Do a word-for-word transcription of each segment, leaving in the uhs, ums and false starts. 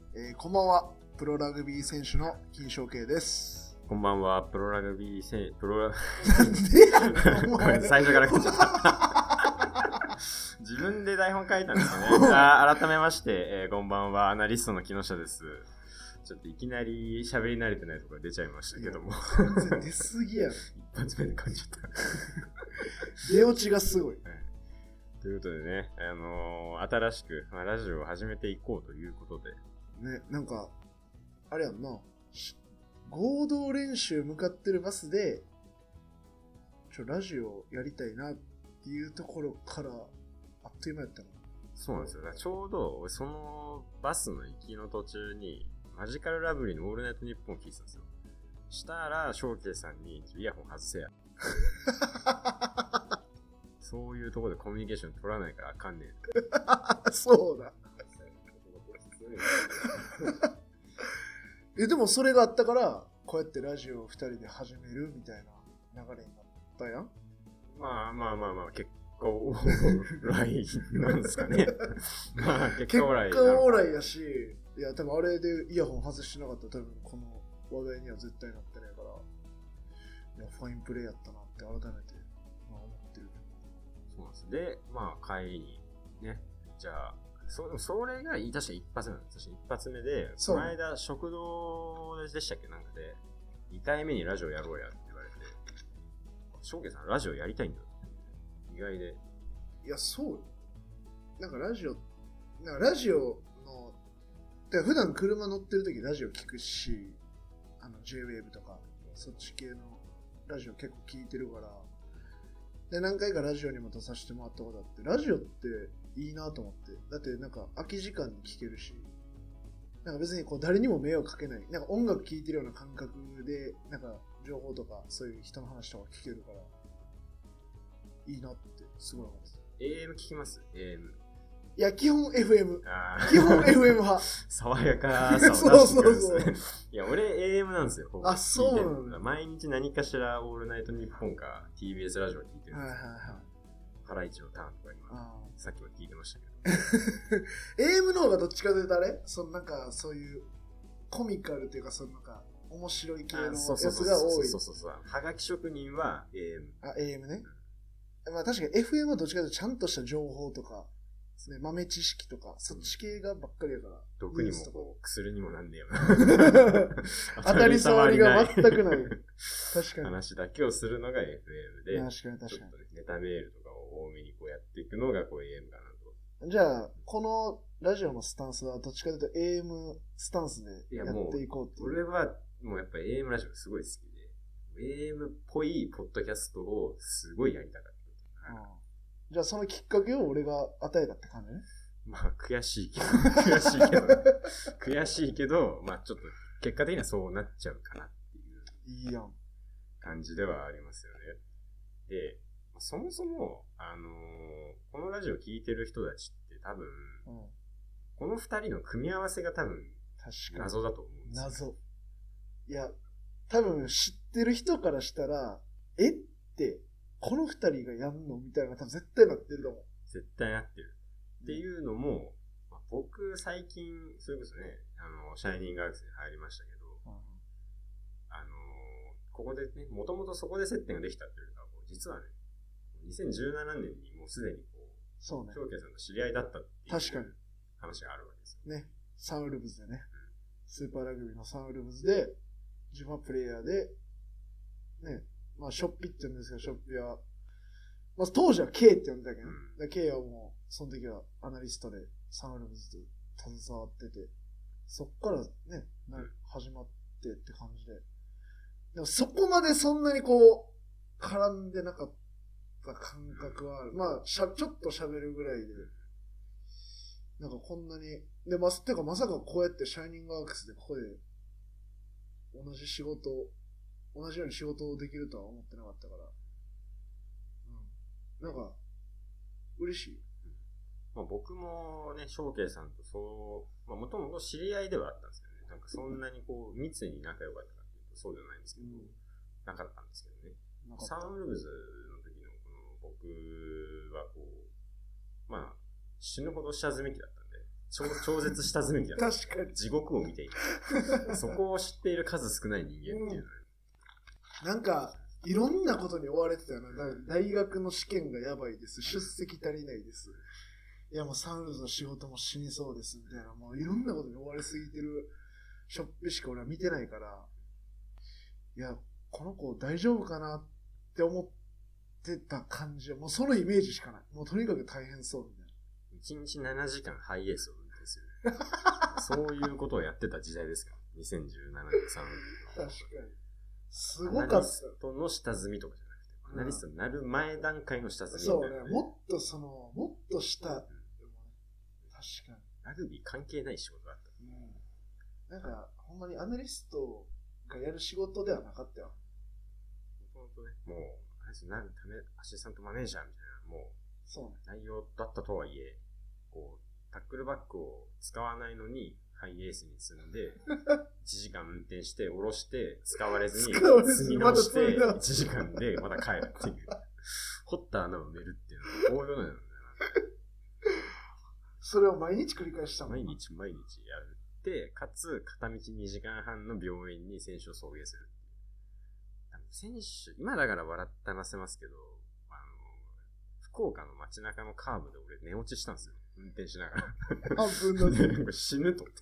えー、こんばんは。プロラグビー選手の金正慶です。 こんばんは。プロラグビー選手、プロラなんでごめん、最初から来ちゃった。自分で台本書いたんですよね。あ改めまして、えー、こんばんは。アナリストの木下です。ちょっといきなり喋り慣れてないところ出ちゃいましたけども。 全然出すぎやろ。 一発目で噛んじゃった。 出落ちがすごい。 はい、ということでね、あのー、新しく、まあ、ラジオを始めていこうということで。 ね、なんか、あれやんな。合同練習向かってるバスで、ちょ、ラジオやりたいなっていうところから、あっという間やったの。 そうなんですよ。ちょうど、そのバスの行きの途中に、マジカルラブリーのオールナイトニッポンを聞いてたんですよ。したら、翔慶さんに、イヤホン外せや。そういうところでコミュニケーション取らないからあかんねん。そうだ。え、でもそれがあったから、こうやってラジオをふたりで始めるみたいな流れになったやん。 まあまあまあまあ、結果オーライなんですかね。まあ、結果オーライ。 結果オーライやし、いや、多分あれでイヤホン外してなかったら多分この話題には絶対なってないから、いや、ファインプレーやったなって改めて、まあ、思ってる。 そうなんです。で、まあ、帰りに、ね、じゃあ、そ, それが確か一発目なんです。確か一発目で、その間食堂でしたっけなんかで、にかいめにラジオやろうやって言われて、翔慶さんラジオやりたいんだよ。意外で。 いや、そうよ。なんかラジオ、なんかラジオの、てか普段車乗ってる時ラジオ聞くし、あの ジェイウェーブ とか、そっち系のラジオ結構聞いてるから、で、何回かラジオにも出させてもらったことあって、ラジオっていいなと思って。だってなんか空き時間に聴けるし、なんか別にこう誰にも迷惑かけない、なんか音楽聴いてるような感覚で、なんか情報とかそういう人の話とか聞けるから、いいなってすごい思ってた。 エーエム 聞きます エーエム。 いや、基本 エフエム。基本 エフエム 派。 爽やかさを出してくるんですね。そうそうそう。いや、俺 エーエム なんですよ。 あ、そうなんだ。 毎日何かしらオールナイトニッポンか ティービーエス ラジオ聞いてるんですよ。はいはいはい。ハライチのターンとか今、さっきも聞いてましたけど。 エーエム の方がどっちかというとあれそのなんかそういうコミカルというか、そのなんか面白い系のやつが多い。そうそうそうそう。はがき職人は エーエム。 あ、エーエム ね。うん、まあ確かに エフエム はどっちかというとちゃんとした情報とか、ね、豆知識とか、そっち系がばっかりやから。 毒にもこう薬にもなんねえよな。当たり障りが全くない。確かに。 話だけをするのが エフエム で、 確かに確かに。 ちょっとね、ネタメールとかを多めにこうやっていくのがこう エーエム かなと。 じゃあ、このラジオのスタンスはどっちかというと エーエム スタンスでやっていこうっていう。 俺はもうやっぱ エーエム ラジオすごい好きで、エーエム っぽいポッドキャストをすごいやりたかった。 うん、じゃあそのきっかけを俺が与えたって感じね。 まあ悔しいけど、悔しいけど、ね、悔しいけど、まあちょっと結果的にはそうなっちゃうかなっていういいやん感じではありますよね。で、そもそも、あのー、このラジオ聞いてる人たちって多分、うん、この二人の組み合わせが多分謎だと思うんですよ。 謎。いや、多分知ってる人からしたら、えって、この二人がやんのみたいな多分絶対なってると思う。 絶対なってる。っていうのも、まあ、僕最近、それこそね、あの、シャイニングアークスに入りましたけど、うん、あの、ここでね、もともとそこで接点ができたっていうか、実はね、にせんじゅうななねんにもうすでにこう、そうね。翔慶さんと知り合いだったっていう確かに話があるわけですよ。 ね。サンウルブズでね、うん、スーパーラグビーのサンウルブズで、自分はプレイヤーで、ね、まあ、ショッピって言うんですけど、ショッピは、まあ、当時は K って呼んでたけど、うん、K はもう、その時はアナリストでサンウルブズで携わってて、そっからね、うん、始まってって感じで。でもそこまでそんなにこう、絡んでなかった感覚はある。まあ、しゃ、ちょっと喋るぐらいで、なんかこんなに、で、ま、てかまさかこうやってシャイニングアークスでここで、同じ仕事、同じように仕事をできるとは思ってなかったから、うん。なんか、嬉しい。 まあ、僕もね、翔慶さんとそう、まあ、もともと知り合いではあったんですけどね。なんかそんなにこう、密に仲良かったかっていうとそうじゃないんですけど、うん、なかったんですけどね。サンウルブズの時のこの僕はこう、まあ、死ぬほど下積み期だったんで、 超、超絶下積み期だ。 確かに。 地獄を見ている。そこを知っている数少ない人間っていうのは、 うん、なんか、いろんなことに追われてたよな。大学の試験がやばいです。出席足りないです。いやもうサンルーズの仕事も死にそうです。みたいな。もういろんなことに追われすぎてるショップしか俺は見てないから、いや、この子大丈夫かなって思ってた感じは、もうそのイメージしかない。もうとにかく大変そうみたいな。 いちにちななじかんハイエースを運転する。そういうことをやってた時代ですから。にせんじゅうななねんさんねん。 確かに。すごかった。 アナリストの下積みとかじゃなくて、アナリストになる前段階の下積み、ね、 そうね。もっとその、もっと下。うん、確かに。 ラグビー関係ない仕事だった。 うん。なんか、ほんまにアナリストがやる仕事ではなかったよ。 もともとね、もう、あれですなるため、アシスタントマネージャーみたいな、もう、 そうね。 内容だったとはいえ、こう、タックルバックを使わないのに、ハイエースに積んで、いちじかん運転して、下ろして、使われずに、積み直して、いちじかんでまた帰るっていう。掘った穴を埋めるっていうのは、こういうのなんだよな。 それを毎日繰り返したもん。 毎日毎日やるって、かつ、片道にじかんはんの病院に選手を送迎するっていう。選手、今だから笑って話せますけど、あの、福岡の街中のカーブで俺寝落ちしたんですよ。運転しながら。 あ、ぶんだぜ。 死ぬとって。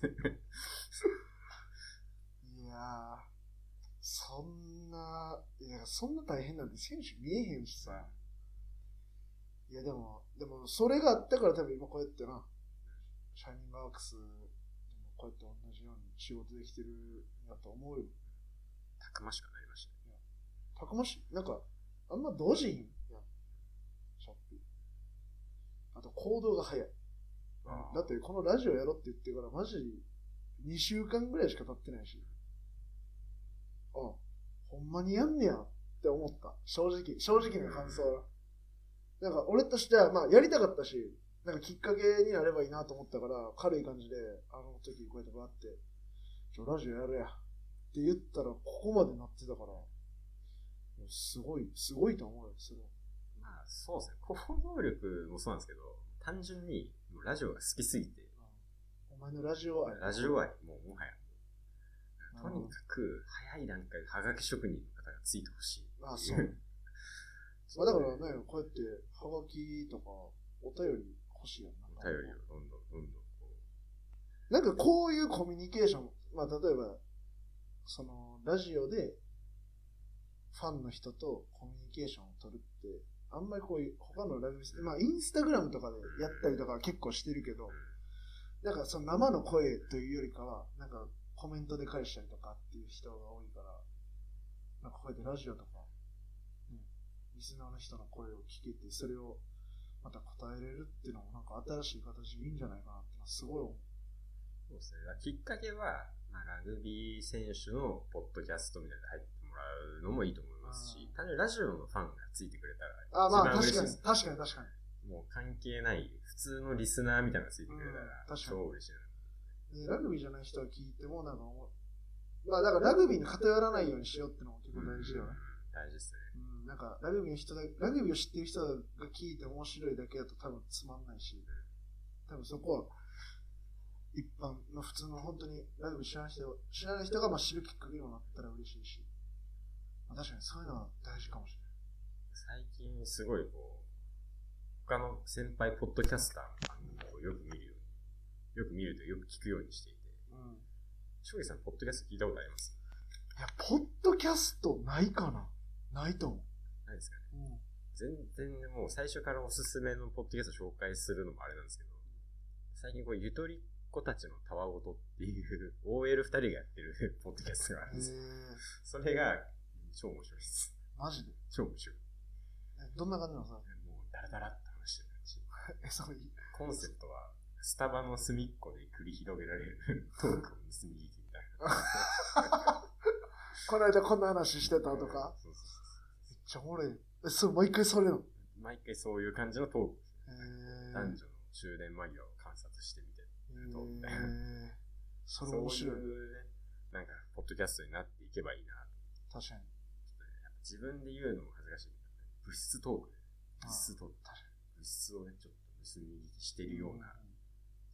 いやー、そんな、いや、そんな大変なんて選手見えへんしさ。いや、でも、でも、それがあったから多分今こうやってな、シャイニングアークスでもこうやって同じように仕事できてるんだと思うよ。 たくましくなりましたね。 たくましい。なんか、あんま同時に、ショッピー。あと行動が早い。だってこのラジオやろって言ってからマジにしゅうかんぐらいしか経ってないし、あ、ほんまにやんねやって思った。正直、正直な感想は。なんか俺としてはまあやりたかったし、なんかきっかけになればいいなと思ったから、軽い感じであの時こうやってバーって、ちょラジオやるやって言ったらここまでなってたから、すごい、すごいと思うよ、それは。 まあそうですね。行動力もそうなんですけど、単純にラジオが好きすぎて、 お前のラジオ愛。 ラジオ愛、もうもはや。とにかく早い段階でハガキ職人の方がついてほしい。 ああ、そう。まあだからね、こうやってハガキとかお便り欲しいやん。 お便りをどんどんどんどんこう。なんかこういうコミュニケーション、まあ例えば、そのラジオでファンの人とコミュニケーションを取るって、あんまりこういう他のラグビー、まあインスタグラムとかでやったりとかは結構してるけど、なんかその生の声というよりかは、なんかコメントで返したりとかっていう人が多いから、なんかこうやってラジオとか、ね、リスナーの人の声を聞けて、それをまた答えれるっていうのもなんか新しい形でいいんじゃないかなってのはすごい思う。 そうですね。きっかけは、まあ、ラグビー選手のポッドキャストみたいなの入ってもらうのもいいと思いますし、単純にラジオのファンがついてくれたら、 あ、まあ確かに、確かに確かに。 もう関係ない、普通のリスナーみたいなのがついてくれたら、超嬉しいな。 ラグビーじゃない人が聞いても、なんか、まあだからラグビーに偏らないようにしようってのも結構大事よね。 うん、大事ですね。 うん、なんかラグビーの人だ、ラグビーを知ってる人が聞いて面白いだけだと多分つまんないし、多分そこは一般の普通の本当にラグビー知らない人、知らない人がまあ知るきっかけにもなったら嬉しいし、まあ、確かにそういうのは大事かもしれない。 最近すごいこう、他の先輩ポッドキャスターの番組をよく見るように、よく見るとよく聞くようにしていて、うん。翔平さん、ポッドキャスト聞いたことあります？ いや、ポッドキャストないかな？ないと思う。 ないですかね。うん。全然もう最初からおすすめのポッドキャスト紹介するのもあれなんですけど、最近こうゆとりっ子たちのたわごとっていう オーエルふたりがやってるポッドキャストがあるんですよ。それが超面白いです。 マジで？ 超面白い。 どんな感じなのさ？もうダラダラって話してる感じ。 え、それいい。 コンセプトはスタバの隅っこで繰り広げられるトークを盗み聞きみたいな。 この間こんな話してたとか。そうそうそう。めっちゃおもろい。え、そう、毎回それの毎回そういう感じのトークですね。男女の終電間際を観察してみてると、みたいな。 それ面白い。 そういうね、なんか、ポッドキャストになっていけばいいなと。 確かに。 自分で言うのも恥ずかしい。物質トークで、物質トーク。物質をね、ちょっと盗み聞きしているようなトークに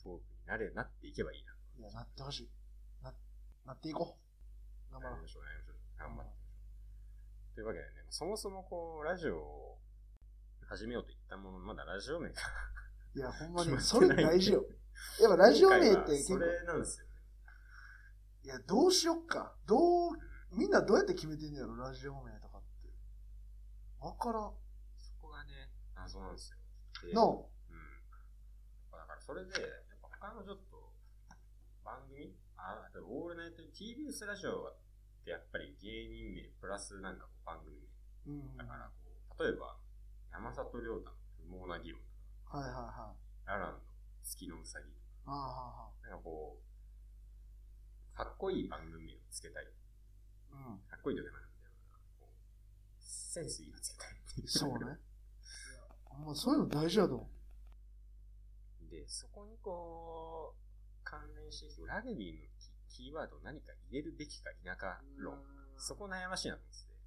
なれ、なっていけばいいな。 いや、なってほしい。な、なっていこう。頑張ろう。 なりましょう、なりましょう。頑張って。というわけでね、そもそもこう、ラジオを始めようと言ったものの、まだラジオ名がいや、ほんまに、それ大事よ。やっぱラジオ名って結構。 それなんですよね。 いや、どうしよっか。どう、みんなどうやって決めてんのやろ、ラジオ名とかって。わからん。 そこがね、謎なんですよ。 の、 うん。だからそれで、やっぱ他のちょっと、番組あ、オールナイト ティービーエス ラジオってやっぱり芸人名プラスなんかこう番組名。うん、だからこう、例えば、山里亮太の不毛な議論とか。はいはいはい。ラランの月のうさぎとか。ああははなんかこう、かっこいい番組名をつけたい。うん。かっこいいというかなんだよな。こう、センスいいのつけたいっていう。 そうね。まあ、そういうの大事だと思う。で、そこにこう、関連して、ラグビーのキーワードを何か入れるべきか否か論。そこ悩ましいなと思ってて。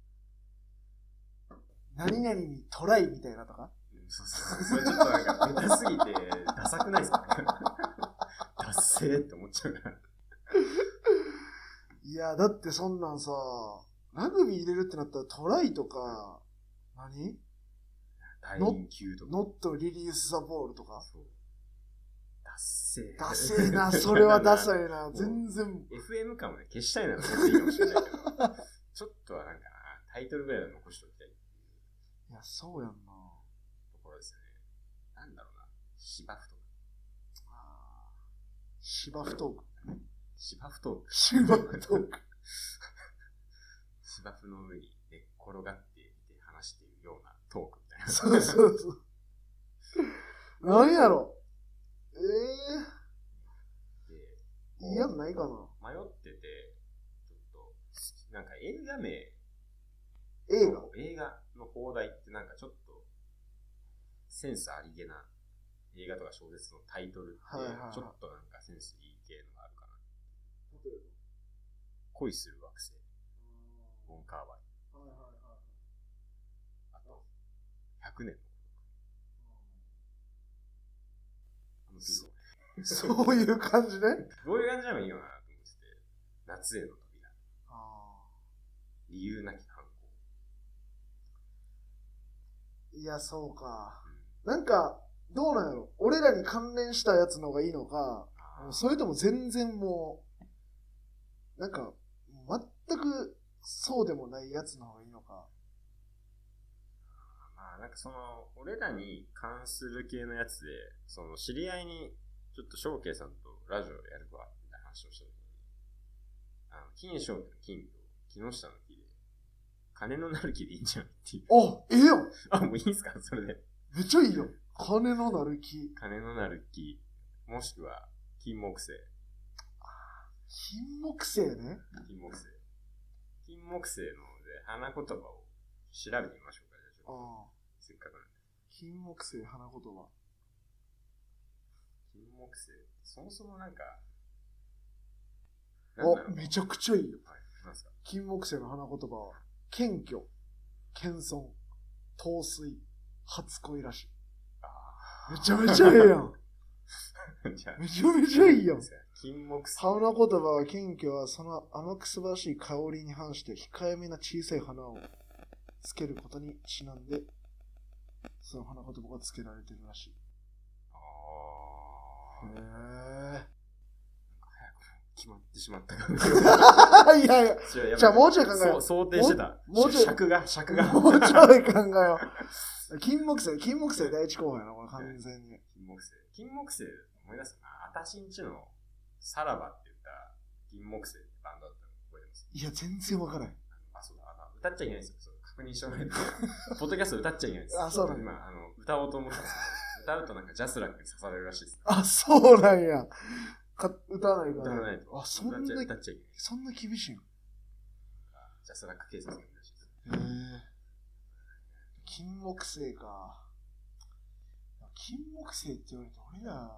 何々にトライみたいなとか、 うん、そうそう。それちょっとなんか、ベタすぎて、ダサくないですかダッセーって思っちゃうから。 いや、だってそんなんさ、ラグビー入れるってなったらトライとか、何大輪球とか。 ノットリリースザボールとか。そう。 ダッセー。 ダッセーな、それはダサいな、全然。 エフエム 感もね、消したいなら全然いいかもしれないけど、ちょっとはなんかな、タイトルぐらいは残しておきたい。 いや、そうやんな。 ところですよね。なんだろうな、芝生とか。 ああ。芝生トーク。 芝生トーク。 芝生トーク。 芝生の上に寝っ転がっていて話しているようなトークみたいな。 そうそうそう。何やろええー。で、嫌ないかな。 迷ってて、ちょっと、なんか映画名、 映画映画の放題ってなんかちょっと、センスありげな映画とか小説のタイトルって、ちょっとなんかセンスいい系のがあるかな。例えば恋する惑星。ボンカーバイ。はいはいはい。あと、ひゃくねんのあのビデオ。 そういう感じね。 どういう感じなのいいよなと思ってて。夏への扉。あ理由なき反抗。 いや、そうか。うん、なんか、どうなんやろ俺らに関連したやつの方がいいのか、それとも全然もう、なんか、全くそうでもないやつの方がいいのか。 まあ、なんかその、俺らに関する系のやつで、その、知り合いに、ちょっと翔慶さんとラジオやるわ、みたいな話をしたときに、あの、金翔慶の金と木下の木で、金のなる木でいいんじゃないっていう。 あ、ええやん。 あ、もういいんすかそれで。 めっちゃいいよ。金のなる木。 金のなる木。もしくは、金木犀。 金木犀ね。 金木犀。金木犀ので花言葉を調べてみましょうか。じゃああせっかくなんで。 金木犀花言葉。 金木犀。そもそもなんか。 あ、めちゃくちゃいいよ。 はい。なんすか金木犀の花言葉は、謙虚、謙遜、陶酔、初恋らしい。めちゃめちゃええやん。めちゃめちゃいいやん。 金木犀。 花言葉は謙虚はその甘くすばしい香りに反して控えめな小さい花をつけることにちなんで、その花言葉がつけられてるらしい。ああ。へえ。なんか早く決まってしまったかな。いやいや。じゃあもうちょい考えよう。 想定してた。 もうちょい。 尺が、尺が。 もうちょい考えよう。金木犀、金木犀第一候補やな、これ完全に。 金木犀。金木犀思い出すな。あたしんちのさらばって言った金木犀ってバンドだったの覚えてます？ いや、全然わからない。 あ、そうだ。あの歌っちゃいけないですよ。そう確認しておかないと。ポッドキャスト歌っちゃいけないです。 あ、そうなんだ。 今、あの、歌おうと思ったんですけど、歌うとなんかジャスラックに刺されるらしいです。 あ、そうなんや。か歌わないと。 歌わないと。 あ、そんな、 歌っちゃいけない。 そんな厳しいの？ ジャスラック警察がいるらしいです。 へぇ。金木犀か。金木犀って言われて俺ら、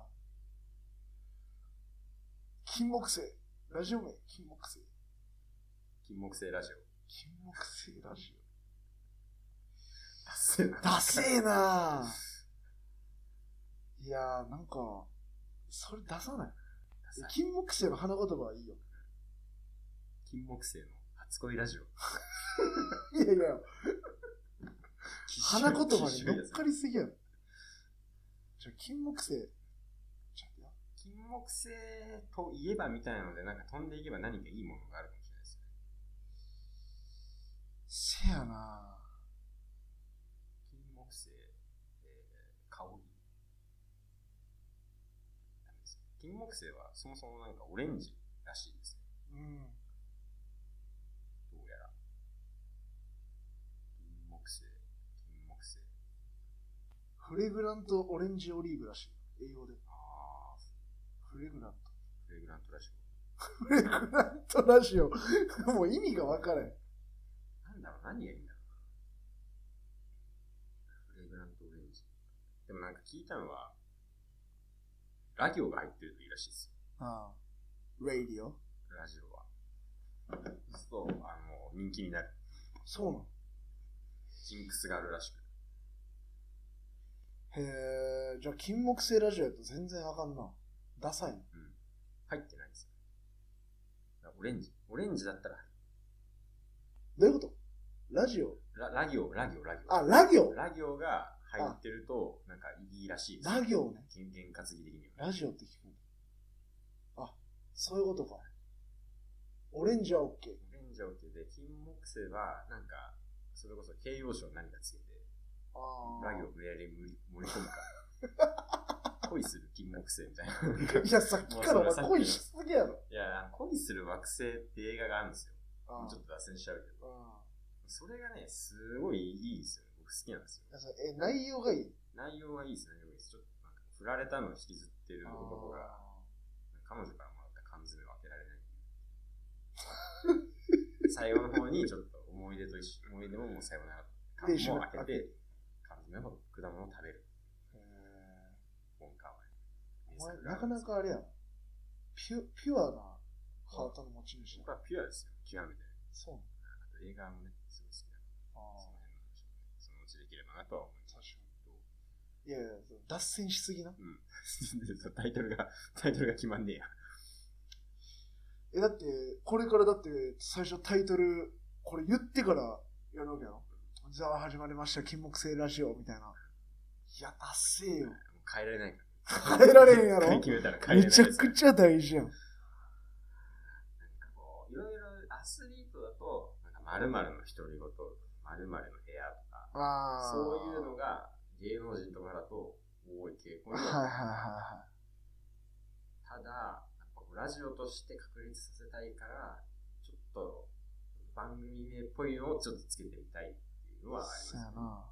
金木犀。ラジオ名、金木犀。 金木犀ラジオ。 金木犀ラジオ。 ダセーな。 ダセーな。いやー、なんか、 それ出さない。 ダサい。 金木犀の花言葉はいいよ。 金木犀の初恋ラジオ。 いやいや、花言葉に乗っかりすぎやろ。じゃあ、金木犀。 金木犀といえばみたいなので、なんか飛んでいけば何かいいものがあるかもしれないですよね。 せやな金木犀、えー、香り。ダメです。金木犀はそもそもなんかオレンジらしいですね。 うん。 どうやら。金木犀、金木犀。 フレグラントオレンジオリーブらしい。英語で。 あフレグラント。 フレグラントラジフレグラントラジオ。もう意味が分からへん。 なんだろう、何がいいんだろうな。フレグラントオレンジ。でもなんか聞いたのは、ラ行が入ってるといいらしいですよ。 ああ。ラディオラジオは。そうすると、あの、人気になる。 そうなの。 ジンクスがあるらしく。 へえ、じゃあ金木犀ラジオやと全然あかんな。ダサいな。 うん。入ってないんですよ。オレンジ。オレンジだったら入る。 どういうことラジオララ行、ラ行、ラ行。 あ、ラ行ラ行が入ってると、なんかいいらしいです。 ラ行ね。 験担ぎ的には。 ラジオって聞くんだ。あ、そういうことか。オレンジは OK。 オレンジは OK で、金木犀は、なんか、それこそ形容詞を何かつけて、 あラ行を無理やり盛り込むか。恋する金木犀みたいな。 いや、さっきからお前恋しすぎやろ。 いや、恋する惑星って映画があるんですよ。 あちょっと脱線しちゃうけど。 あそれがね、すごいいいですよね。僕好きなんですよ。 え、内容がいい内容はいいです、内容がいいです。ちょっとなんか、振られたのを引きずってる男が、彼女からもらった缶詰を開けられない。最後の方にちょっと思い出と一緒、思い出ももうさよなら。缶も開けて、缶詰を果物を食べる。本川お前、なかなかあれや。ピュ、ピュアなハートの持ち主。 僕はピュアですよ、極めて。 そう。 あと映画もね、すごい好きだから。その辺なんでしょうね。そのうちできればなとは思います。 確かに。いやいや、脱線しすぎな。 うん。タイトルが、タイトルが決まんねえや。 え、だって、これからだって、最初タイトル、これ言ってからやるわけやろ。じゃあ始まりました、金木犀ラジオみたいな。いや、達成よ。 変えられないから。変えられへんやろ。 決めたら変えられない。 めちゃくちゃ大事やん。 なんかこう、いろいろアスリートだと、なんか〇〇の独り言、〇〇の部屋とか、 あそういうのが芸能人とかだと多い傾向に。 はいはいはいはい。 ただ、やっぱラジオとして確立させたいから、ちょっと番組名っぽいのをちょっとつけてみたいっていうのはあります、ね。 そうやな。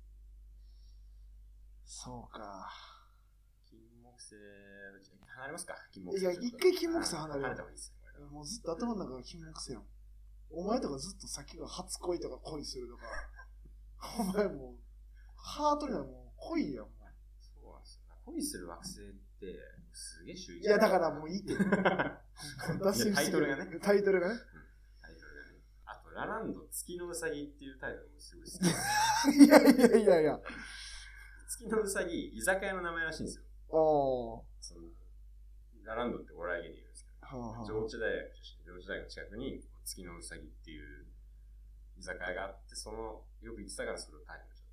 そうか。 金木犀、離れますか金木犀。 いや、一回金木犀離れよう。 離れた方がいいですね。 もうずっと頭の中が金木犀やん。お前とかずっとさっきが初恋とか恋するとか。お前もう、ハートにはもう恋やん。 そうなんですよ。恋する惑星って、すげえ秀逸。 いや、だからもういいって。 タイトルがね。 タイトルがね。 タイトルがね。あと、ラランド月のうさぎっていうタイトルもすごい好き。いやいやいやいや。 月のうさぎ、居酒屋の名前らしいんですよ。 おそのラランドってお笑い芸人いるんですけど、はあはあ、上智大学出身、上智大学の近くに月のうさぎっていう居酒屋があって、その、よく行ってたからそれをタイトルしちゃった。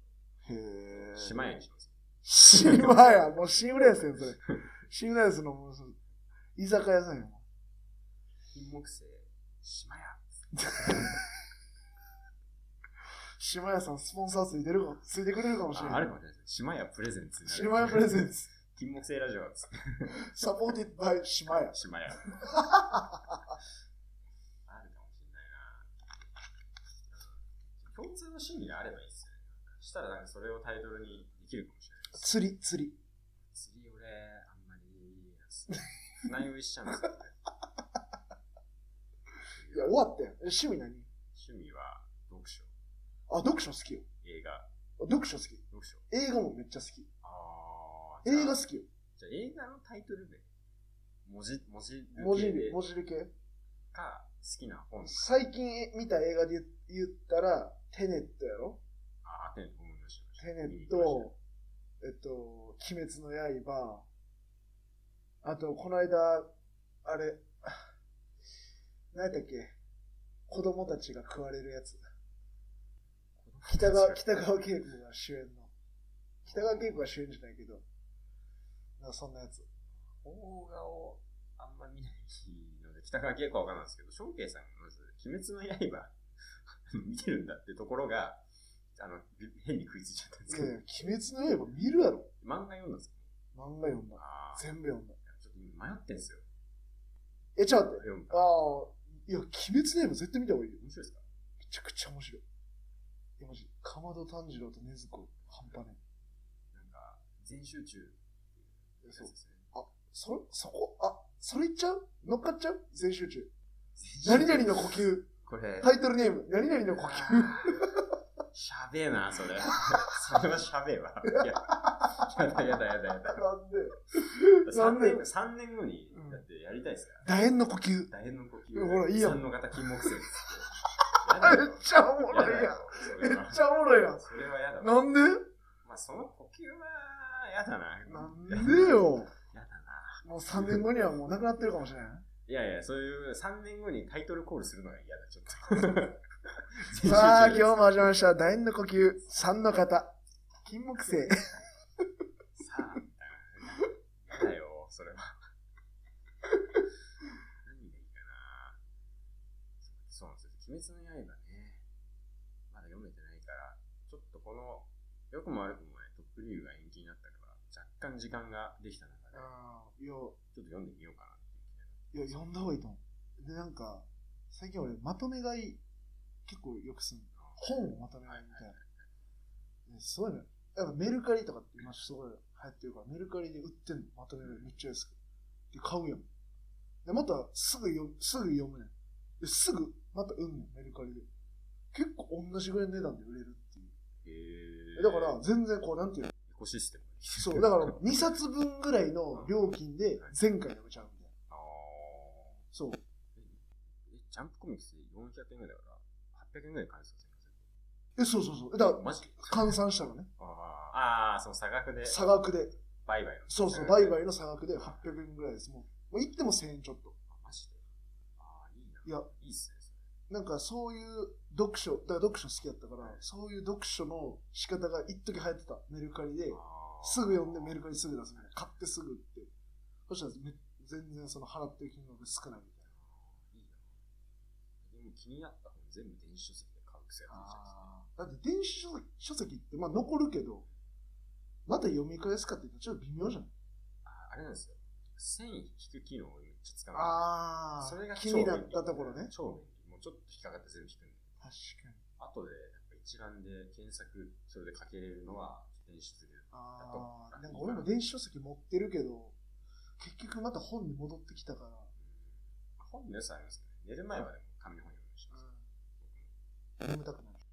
へぇー。島屋にします。 島屋もうシングレースやん、それ。シングレースのもう居酒屋さんやもん。 金木犀、島屋。 島屋さんスポンサーついてるか、ついてくれるかもしれない。 あ、あるかもしれないです。島屋プレゼンツになる。 島屋プレゼンツ。 金木犀ラジオです。 サポーティッドバイ島屋。 島屋。あるかもしれないな。共通の趣味があればいいっすよね。したらなんかそれをタイトルにできるかもしれないです。 釣り、釣り。 釣り俺、あんまりやつ。船酔いしちゃうんですよね。 いや、終わったよ。趣味何？ 趣味は読書。 あ、読書好きよ。 映画。 読書好き。 読書。 映画もめっちゃ好き。 あ映画好きよ。 じゃあ映画のタイトルで文字、文字文字で、文字で系か、好きな本。 最近見た映画で言ったら、テネットやろ？ ああ、テネット思いました。 テネット、えっと、鬼滅の刃、 あと、この間、あれ、何やったっけ、子供たちが食われるやつ。北川、北川景子が主演の。北川景子が主演じゃないけど、なんかそんなやつ。 邦画をあんま見ないので、北川景子はわかんないんですけど、翔慶さんがまず、鬼滅の刃見てるんだってところが、あの、変に食いついちゃったんですけど。 いやいや、鬼滅の刃見るやろ。 漫画読んだんですか？ 漫画読んだ。全部読んだ。 ちょっと迷ってんすよ。 え、ちょっと待って。 読むああ、いや、鬼滅の刃絶対見た方がいいよ。 面白いですか？ めちゃくちゃ面白い。いや、マジ、かまど炭治郎と禰豆子、半端ね。 なんか、全集中っていうやつですね。 あ、そ、そこ、あ、それ言っちゃう？乗っかっちゃう？全集中。何々の呼吸。 これ。 タイトルネーム、何々の呼吸。 しゃべえな、それ。それはしゃべえわ。いや、やだやだやだやだ。 なんで三年、三年後に、だってやりたいっすから。楕円の呼吸。 楕円の呼吸。 ほら、いいやん。 三の型金木犀。めっちゃおもろいやん。めっちゃおもろいやん。 それはやだ。 なんで？ まあ、その呼吸は、やだな。 なんでよ。 やだな。 もうさんねんごにはもうなくなってるかもしれない。 いやいや、そういうさんねんごにタイトルコールするのが嫌だ、ちょっと。 さあ、今日も始まりました。楕円の呼吸、さんの型、金木犀。 さあ、嫌だよ、それは。何がいいかな。そうなんですよ。鬼滅の刃ね。まだ読めてないから、ちょっとこの、よくも悪くもね、トップリーグが延期になったから、若干時間ができた中で、 ああ、いや、 ちょっと読んでみようかなっていや、読んだ方がいいと思う。で、なんか、最近俺、まとめ買い、結構よくするの。本をまとめ買いみたいな。そういうの、やっぱメルカリとかって今すごい流行ってるから、メルカリで売ってんの、まとめ買いめっちゃ安く。で、買うやん。で、またすぐ読む、すぐ読むねん。で、すぐ、また売んねん、メルカリで。結構同じぐらいの値段で売れるっていう。へー。だから、全然こう、なんていうの。エコシステム。 そう、だからにさつぶんぐらいの料金で全巻読めちゃうみたいな。ああ。そう。 え、ジャンプコミックスでよんひゃくえんぐらいだから、はっぴゃくえんぐらい買えるんですか？ え、そうそうそう。だから、マジ換算したらね。 ああ、その差額で。 差額で。 売買の。 そうそう、売買の差額ではっぴゃくえんぐらいです。もう、もう言ってもせんえんちょっと。 あ、マジで？ああ、いいな。 いや、 いいっすね。 なんかそういう読書、だから読書好きだったから、はい、そういう読書の仕方が一時流行ってた。メルカリで、すぐ読んでメルカリすぐ出すみたいな。買ってすぐって。そしたら全然その払ってる金額少ないみたいな。 いいな。でも気になった本全部電子書籍で買う癖がついちゃうんですね。 だって電子書籍ってまあ残るけど、また読み返すかって言うとちょっと微妙じゃない？ あ, あれなんですよ。線引く機能をめっちゃ使う。 ああ。 それが気になったところね。 超便利。もうちょっと引っかかって全部引くんで。 確かに。 後でやっぱ一覧で検索、それで書けれるのは電子書籍だと。 ああ。なんか俺も電子書籍持ってるけど、結局また本に戻ってきたから。うん、 本の良さありますけどね。寝る前はでも紙の本読むします。 うん、眠たくなる。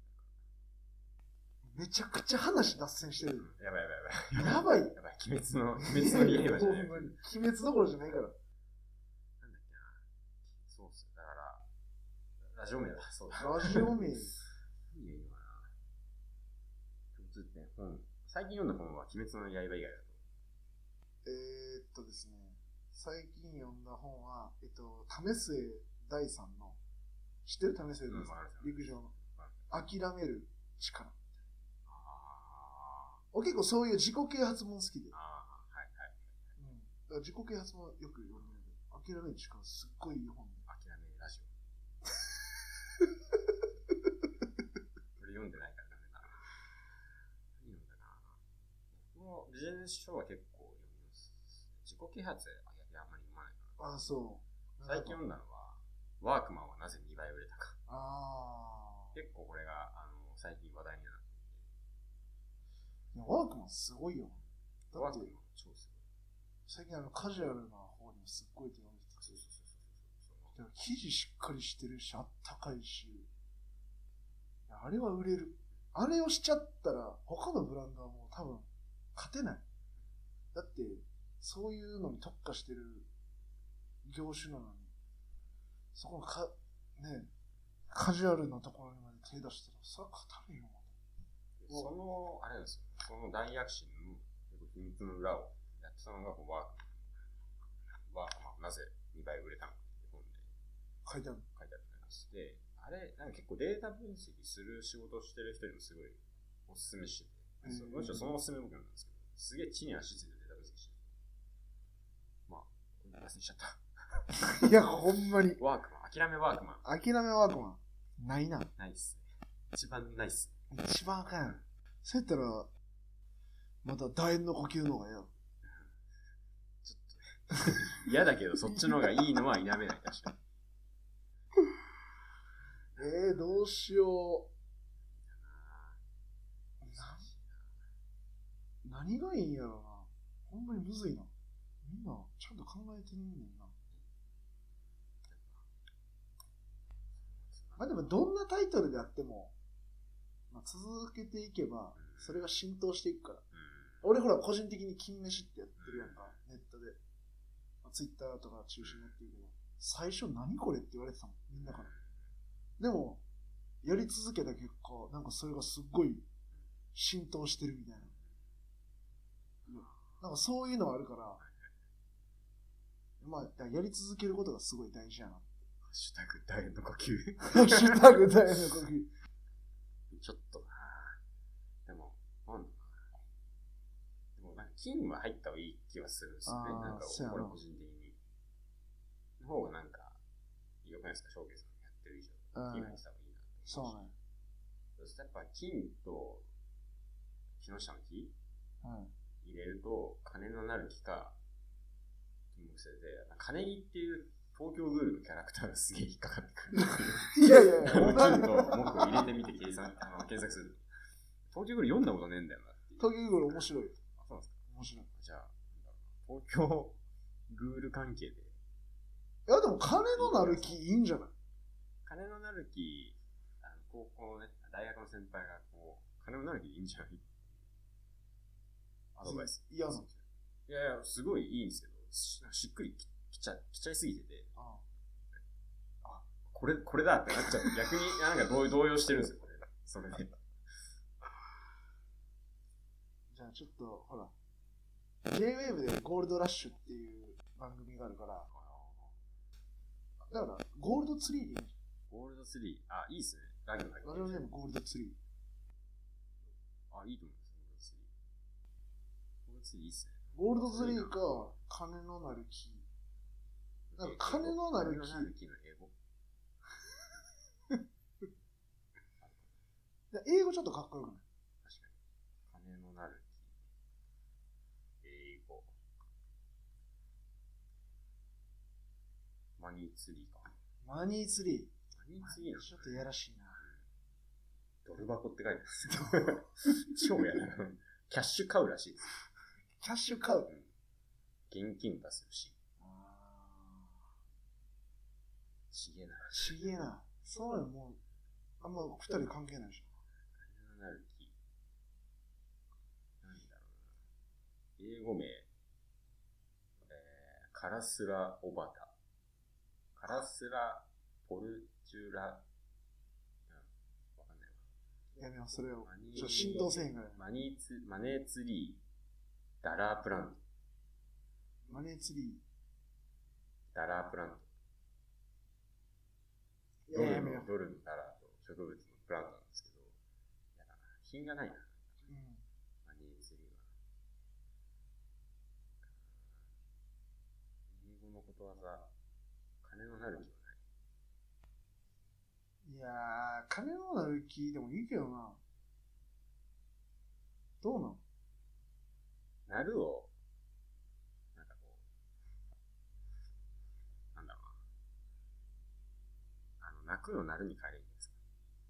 めちゃくちゃ話脱線してる。 やばいやばいやばい。 やばい。 やばい。鬼滅の、鬼滅の刃じゃない。 鬼滅どころじゃないから。 なんだっけな。そうっす。だから、ラジオ名だ。そうだ。 ラジオ名。 何がいいのかな。共通点。本。最近読んだ本は鬼滅の刃以外だと。 えー、っとですね。最近読んだ本は、えっと、為末大さんの、知ってる為末大さん、うん、陸上の。諦める力。俺結構そういう自己啓発も好きで。ああ、はいはい。うん。だから自己啓発もよく読んでるんで、諦める力すっごいいい本で。 諦めるラジオ。俺読んでないからダメだな。何読んだな。僕もビジネス書は結構読みます。自己啓発はあんまり読まないから。 ああ、そう。 最近読んだのは、ワークマンはなぜにばい売れたか。 ああ。 結構これが、あの、最近話題になって。 ワークマンすごいよ。 だって、超すごい。 最近あのカジュアルな方にもすっごい手が出てて。そうそうそうそう。生地しっかりしてるし、あったかいし。あれは売れる。あれをしちゃったら、他のブランドはもう多分、勝てない。だって、そういうのに特化してる業種なのに、そこのか、ね、カジュアルなところにまで手出したら、それは勝たれよ。 その、あれなんですよ。その大躍進の秘密の裏をやってたのがワークマン。 は、まあ、なぜにばい売れたのかって本で書いてある書いてあると思います。で、あれ、なんか結構データ分析する仕事をしてる人にもすごいおすすめしてて、その人そのおすすめ僕なんですけど、すげえ地に足ついてデータ分析してる。まあ、これ忘れちゃった。 いや、ほんまに。 ワークマン、諦めワークマン。 諦めワークマン。ないな。 ないっすね。一番ないっすね。一番あかん。そうやったら、また楕円の呼吸の方がよ。 ちょっと、嫌だけど、そっちの方がいいのは否めない、確かに。 えー、どうしよう。な、何がいいんやろな。ほんまにむずいな。みんな、ちゃんと考えてんねんな。まあでも、どんなタイトルであっても、まあ、続けていけば、それが浸透していくから。俺ほら、個人的に金飯ってやってるやんか、ネットで。まあ、ツイッターとか中心にやってるけど、最初何これって言われてたもん、みんなから。でも、やり続けた結果、なんかそれがすっごい浸透してるみたいな。なんかそういうのはあるから、まあ、やり続けることがすごい大事やな。 ハッシュタグ楕円の呼吸。 ハッシュタグ楕円の呼吸。 ちょっとなぁ。でも、なんだろうな。でも、なんか金は入った方がいい気はするんですよね。なんか、これ個人的に。の方がなんか、よくないですか、ショーケースやってる以上。金入った方がいいな。 そうね。 そしてやっぱ金と木下の木、 うん、 入れると金のなる木か金木犀で、金木っていう東京グールのキャラクターがすげえ引っかかってくるっていう。 いやいやいや、 金と木を入れてみて計算あの検索する。東京グール読んだことねえんだよなっていう。 東京グール面白い。 あ、そうなんですか。 面白い。 じゃあ、東京グール関係で。いやでも金のなる木いいんじゃない？ 金のなる木、あの高校のね、大学の先輩がこう、金のなる木でいいんじゃない？アドバイス。 いや、いやいや、すごいいいんですけど、し, しっくりききちゃ、きちゃいすぎてて、ああ、これ、これだってなっちゃう。逆になんか動動揺してるんですよ、これ。それで。 じゃあちょっと、ほら、ジェイウェーブ でゴールドラッシュっていう番組があるから、だから、ゴールドツリーでいいんじゃん。 ゴールドツリー。あ、いいっすね。ラジオラジオネームゴールドツリー。 あ、いいと思います、ゴールドツリー。ゴールドツリーいいっすね。 ゴールドツリーか、金のなる木。なんか金のなる木。金のなる木の英語英語ちょっとかっこよくない？ 確かに。金のなる木。英語。マニーツリーか。 マニーツリー。 マニーツリーなの？ ちょっとやらしいな。 ドル箱って書いてあるんですよ。超やだな。キャッシュ買うらしいです。 キャッシュ買う、うん、 現金出すし。あちげえな。 ちげえな。そういうのもう、あんま二人関係ないでしょ。 金のなる木。なんだろうな。英語名。えー、カラスラオバタ。カラスラポルチュラ、わかんないわ。 やめよう、それを。ちょっと浸透せへんから。 マニーツ、マネーツリー、ダラープラント。 マネーツリー。 ダラープラント。 ドルの、 ドルのダラーと植物のプラントなんですけど、やだな。品がないな。うん、マニーツリーは。英語のことわざ。金のなる木はない。 いやー、金のなる木でもいいけどな。どうなん？ なるを、なんかこう、なんだろうな。あの、泣くのなるに変えるんですか？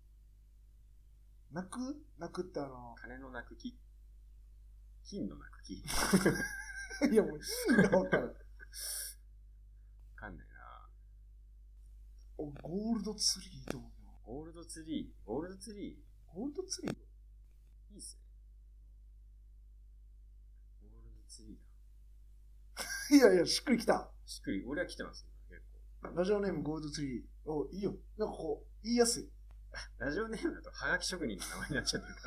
泣く？泣くってあの、 金の泣く木？金の泣く木？ いやもう金がわかる。わかんないな。 お、ゴールドツリーいいと思うよ。 ゴールドツリーゴールドツリーゴールドツリーいいっすね。ゴールドツリーだ。いやいや、しっくりきた。 しっくり、俺は来てますよ、結構。 ラジオネームゴールドツリー。お、いいよ。なんかこう、言いやすい。 ラジオネームだと、はがき職人の名前になっちゃってるから。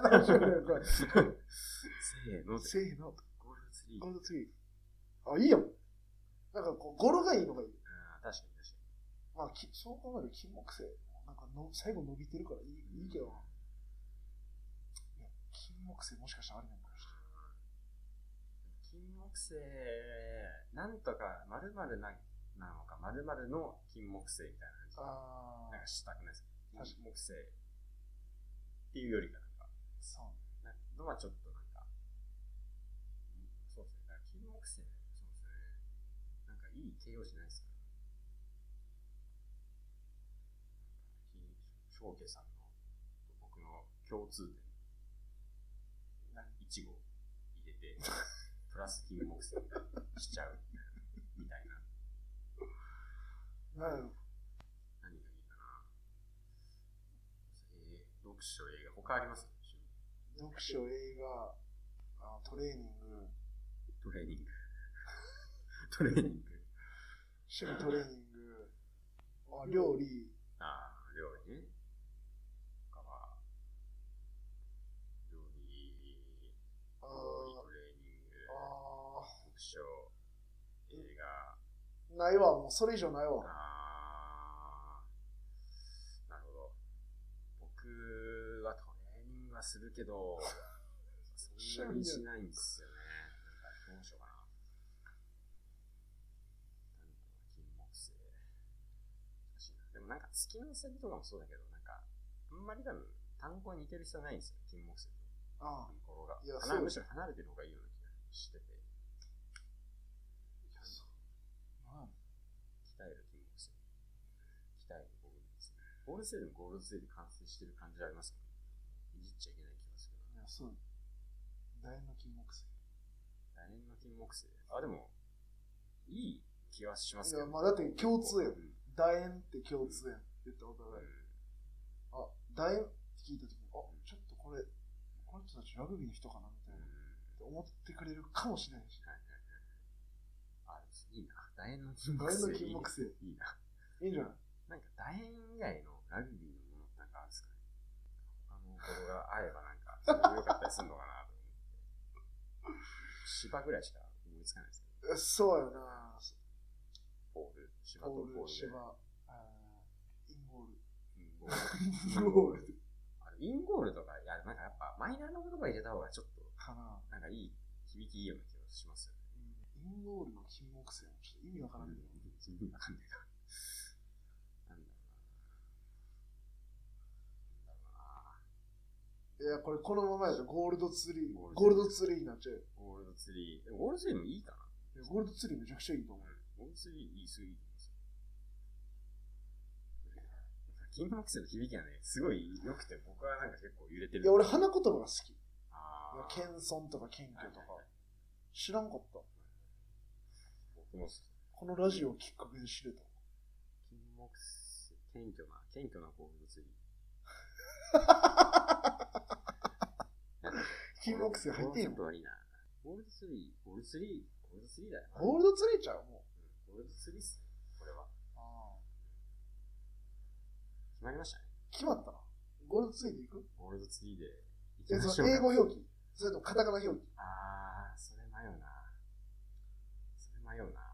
あ、ラジオネームこれ。 せーの。 せーの。 ゴールドツリー。 ゴールドツリー。あ、いいよ。 なんかこう、語呂がいいのがいい。 ああ、確かに確かまあ、きそう考えると金木犀、なんかの最後伸びてるからいい、いいけどな。いや、金木犀もしかしたらありなのかもしれない。 金木犀、なんとか〇〇ななのか、〇〇の金木犀みたいな感じ。 ああ。 なんかしたくないですか？ 確かに金木犀っていうよりかなんか、 そうなのはちょっとなんか、そうですね。だから金木犀、そうですね。なんかいい形容詞ないですか？翔慶さんの僕の共通点、いちご入れて、プラス金木犀しちゃうみたいな。 なんやろ。 何がいいかな。えー、読書、映画、他あります？ 読書、映画、あトレーニング。 トレーニング。トレーニング。 趣味トレーニング。あ料理。 ああ、料理ね。他は、料理、 あトレーニング、 あ読書、映画。 ないわ、もうそれ以上ないわ。 ああ、なるほど。僕はトレーニングはするけど、そんなにしないんですよね。なんかどうしようかな。金木犀。でもなんか月のうさぎとかもそうだけど、なんか、あんまり多分、単語に似てる必要ないんですよ、金木犀と。 ああ。 語呂が。 いや離むしろ離れてる方がいいような気がしてて。 いや、そう。なん鍛える金木犀。鍛えるゴールドツリー。ゴールドツリーでもゴールドツリーで完成してる感じありますもんね。いじっちゃいけない気がする。 いや、そう。楕円の金木犀。 楕円の金木犀。あ、でも、いい気はしますけど、 いや、まあだって共通やん。 うん楕円って共通やん。言ったお互い。あ、楕円って聞いたときに、あ、ちょっとこれ、この人たちラグビーの人かなみたいな。って思ってくれるかもしれないし。 はいはいはい。あ、いいな。楕円の金木犀。 楕円の金木犀。 いいな。 いいんじゃないなんか楕円以外のラグビーのものってなんかあるんですかね。他の語呂が合えばなんか、それが良かったりするのかなと思って。芝ぐらいしか思いつかないですけど。 そうやな。 ボール、芝とボールで。 芝、インゴール。 インゴール。 インゴール。 インゴールとか、いや、なんかやっぱマイナーの言葉入れた方がちょっと、 かな。 なんかいい、響きいいような気がしますよね。 インゴールの金木犀もちょっと意味わからんけど。 意味わかんないな。なんだろうな。なんだろうな。 いや、これこのままやとゴールドツリー、ゴゴールドツリーになっちゃうよ。 ゴールドツリー。でもゴールドツリーもいいかな。 いやゴールドツリーめちゃくちゃいいと思う。 ゴールドツリーいい、すごいいいと思いますよ。金木犀の響きがね、すごい良くて、僕はなんか結構揺れてる。 いや、俺花言葉が好き。 あ謙遜とか謙虚とか。知らんかった。 僕もこのラジオをきっかけで知れた。 金木犀、謙虚な、謙虚なゴールドツリー。 金木犀入ってんの？ ゴールド悪いな。ゴールドツリー、ゴールドツリー、ゴールドツリーだよ。 ゴールドツリーちゃうもう。ゴールドツリーっすね、これは。 ああ。 決まりましたね。 決まったな。ゴールドツリーでいく？ ゴールドツリーでいきえ、 ましょう。 英語表記それともカタカナ表記？ あー、それ迷うな。それ迷うな。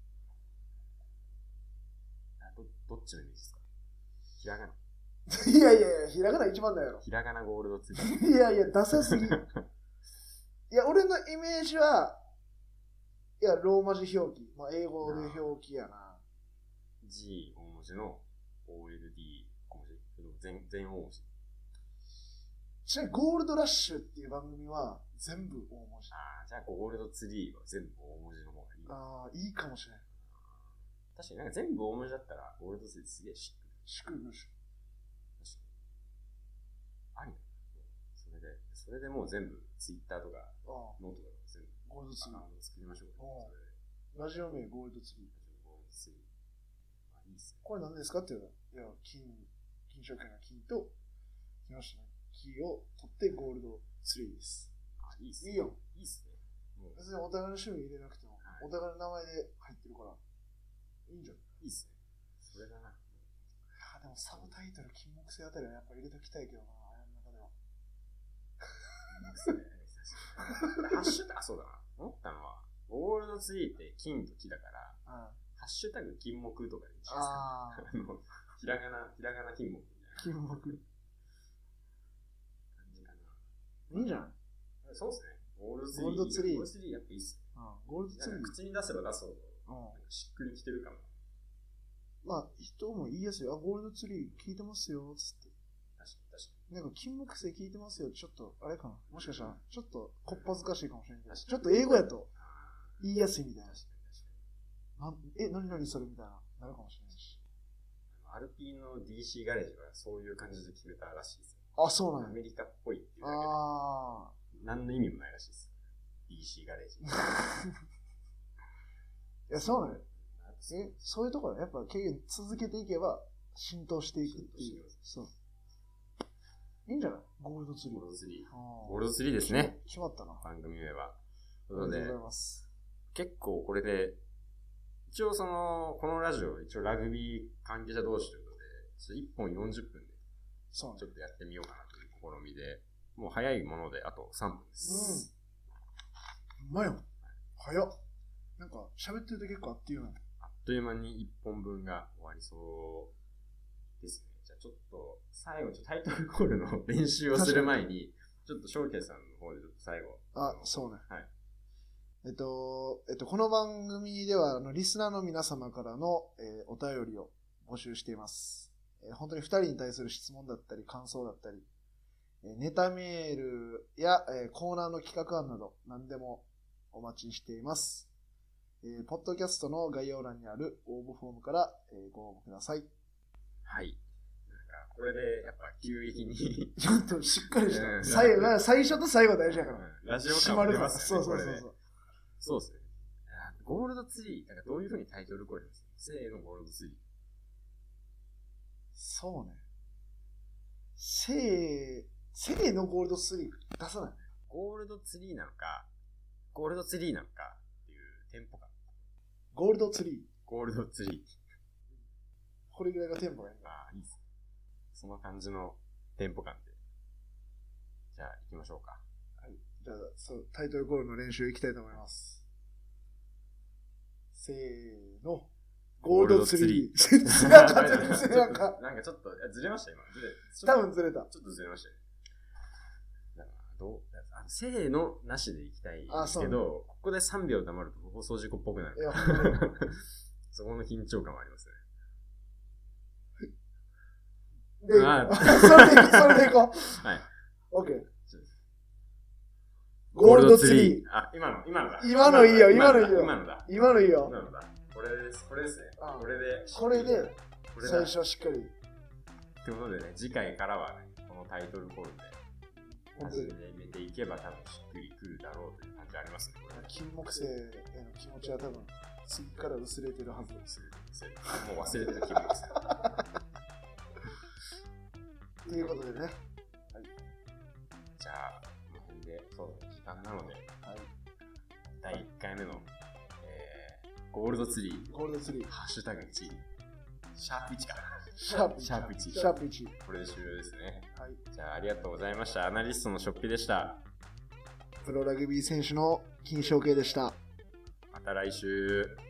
あど、どっちのイメージですか？ひらがな。 いやいやいや、ひらがな一番だよ。 ひらがなゴールドツリー。 いやいや、ダサすぎ。いや、俺のイメージは、いや、ローマ字表記。まあ、英語で表記やな。 G 大文字の オーエルディー 小文字。全、全大文字。 ちなみに、ゴールドラッシュっていう番組は全部大文字。 ああ、じゃあゴールドツリーは全部大文字の方がいい。 ああ、いいかもしれない。 確かになんか全部大文字だったら、ゴールドツリーすげえシック。 シクルシュ。 確かに。ありだ。それで、それでもう全部、ツイッターとか、ノートとか全部、 ゴールドツリー。 作りましょうか、ね。 ラジオ名ゴールドツリー。 ゴールドツリー。あ、いいっすね。 これ何ですかっていうのは、いや、金、金賞会の金と、木下の木を取ってゴールドツリーです。 あ、いいっすね。 いいよ。 いいっすね。 もう別にお互いの趣味入れなくても、はい、お互いの名前で入ってるから、いいんじゃない？ いいっすね。それだな。 あ、でもサブタイトル、金木犀あたりはやっぱ入れときたいけどな、あれの中では。 金木犀。ハッシュタグ、あ、そうだな。思ったのは、ゴールドツリーって金と木だから、 ハッシュタグ金木とかにしますか。 ああの、ひらがな、ひらがな金木みたいな。 金木。 感じかな。 いいんじゃない？ そうですね。ゴールドツリー。 ゴールドツリー。 ゴールドツリーやっぱいいっすね。 ゴールドツリー。 口に出せば出すほど、 うん、 しっくりきてるかも。 まあ、人も言いやすいよ。あ、ゴールドツリー聞いてますよ、つって。 確かに確かに。 なんか、金木犀聞いてますよ。ちょっと、あれかな。もしかしたら、ちょっと、こっぱずかしいかもしれないけど、ちょっと英語やと、言いやすいみたいな。 確かに確かに。なんえ、なになにそれみたいな、なるかもしれないし。 アルピーの ディーシー ガレージはそういう感じで決めたらしいですよ。 あ、そうなんや。 アメリカっぽいっていうだけで。 ああ。 何の意味もないらしいです。ディーシー ガレージ。いや、そうなんや。え、そういうところやっぱ経験続けていけば浸透していくっていう。そう。いいんじゃない？ゴールドツリー。 ゴールドツリー。ゴールドツリーですね。 決まったな。 番組名は。 ありがとうございます。 結構これで、一応その、このラジオ、一応ラグビー関係者同士ということで、いっぽんよんじゅっぷんで、ちょっとやってみようかなという試みで、もう早いものであとさんぷんです。 うん。うまいよ。早っ。なんか喋ってると結構あっという間に。 あっという間にいっぽんぶんが終わりそうですね。じゃあちょっと最後ちょっとタイトルコールの練習をする前に、ちょっと翔慶さんの方でちょっと最後。 あ、そうね。 はい。 えっと、えっと、この番組では、あの、リスナーの皆様からの、えー、お便りを募集しています。えー、本当にふたりに対する質問だったり、感想だったり、えー、ネタメールや、えー、コーナーの企画案など、何でもお待ちしています。えー、ポッドキャストの概要欄にある応募フォームから、えー、ご応募ください。 はい。なんか、これで、やっぱ、急激に。 ちょっとしっかりした。最後、最初と最後大事だから。 うん、ラジオ感も出ますよね。 そうそうそうそう。 そうですね。ゴールドツリー、なんかどういう風にタイトルコールですか？せーのゴールドツリー。 そうね。せー、せーのゴールドツリー出さない。 ゴールドツリーなのか、ゴールドツリーなのかっていうテンポ感。 ゴールドツリー。 ゴールドツリー。 これぐらいがテンポがいい。 ああ、いいっす。その感じのテンポ感で。じゃあ行きましょうか。 はい。じゃあ、そう、タイトルコールの練習いきたいと思います。せーの。ゴールドツリー。全然なんか、全然なんか。 なんかちょっと、ずれました今。ずれ。 多分ずれた。 ちょっとずれましたね。だから、どうあのせーのなしでいきたいんですけど、ここでさんびょう黙ると放送事故っぽくなる。いや、そこの緊張感はありますね。 で、あそれでいこう、それでいこう。 はい。 オッケー。ゴールドツリー。 あ、今の、今のだ。 今のいいよ、今のいいよ。 今のだ。 今のいいよ。 今のだ。これです、これですね。これで。 これで、最初はしっかり。 ということでね、次回からはね、このタイトルコールで始めていけば多分しっくりくるだろうという感じありますね。 金木犀への気持ちは多分、次から薄れてるはずです。 もう忘れてる金木犀。 ということでね。はい。 じゃあ、この辺で、そう、時間なので、はい、だいいっかいめの、えー、ゴールドツリー。 ゴールドツリー。 ハッシュタグいち。シャープいちか。 シャープいち。 シャープいち。 シャープいち。 これで終了ですね。 はい。 じゃあ、ありがとうございました。アナリストのショッピでした。 プロラグビー選手の金正慶でした。 また来週。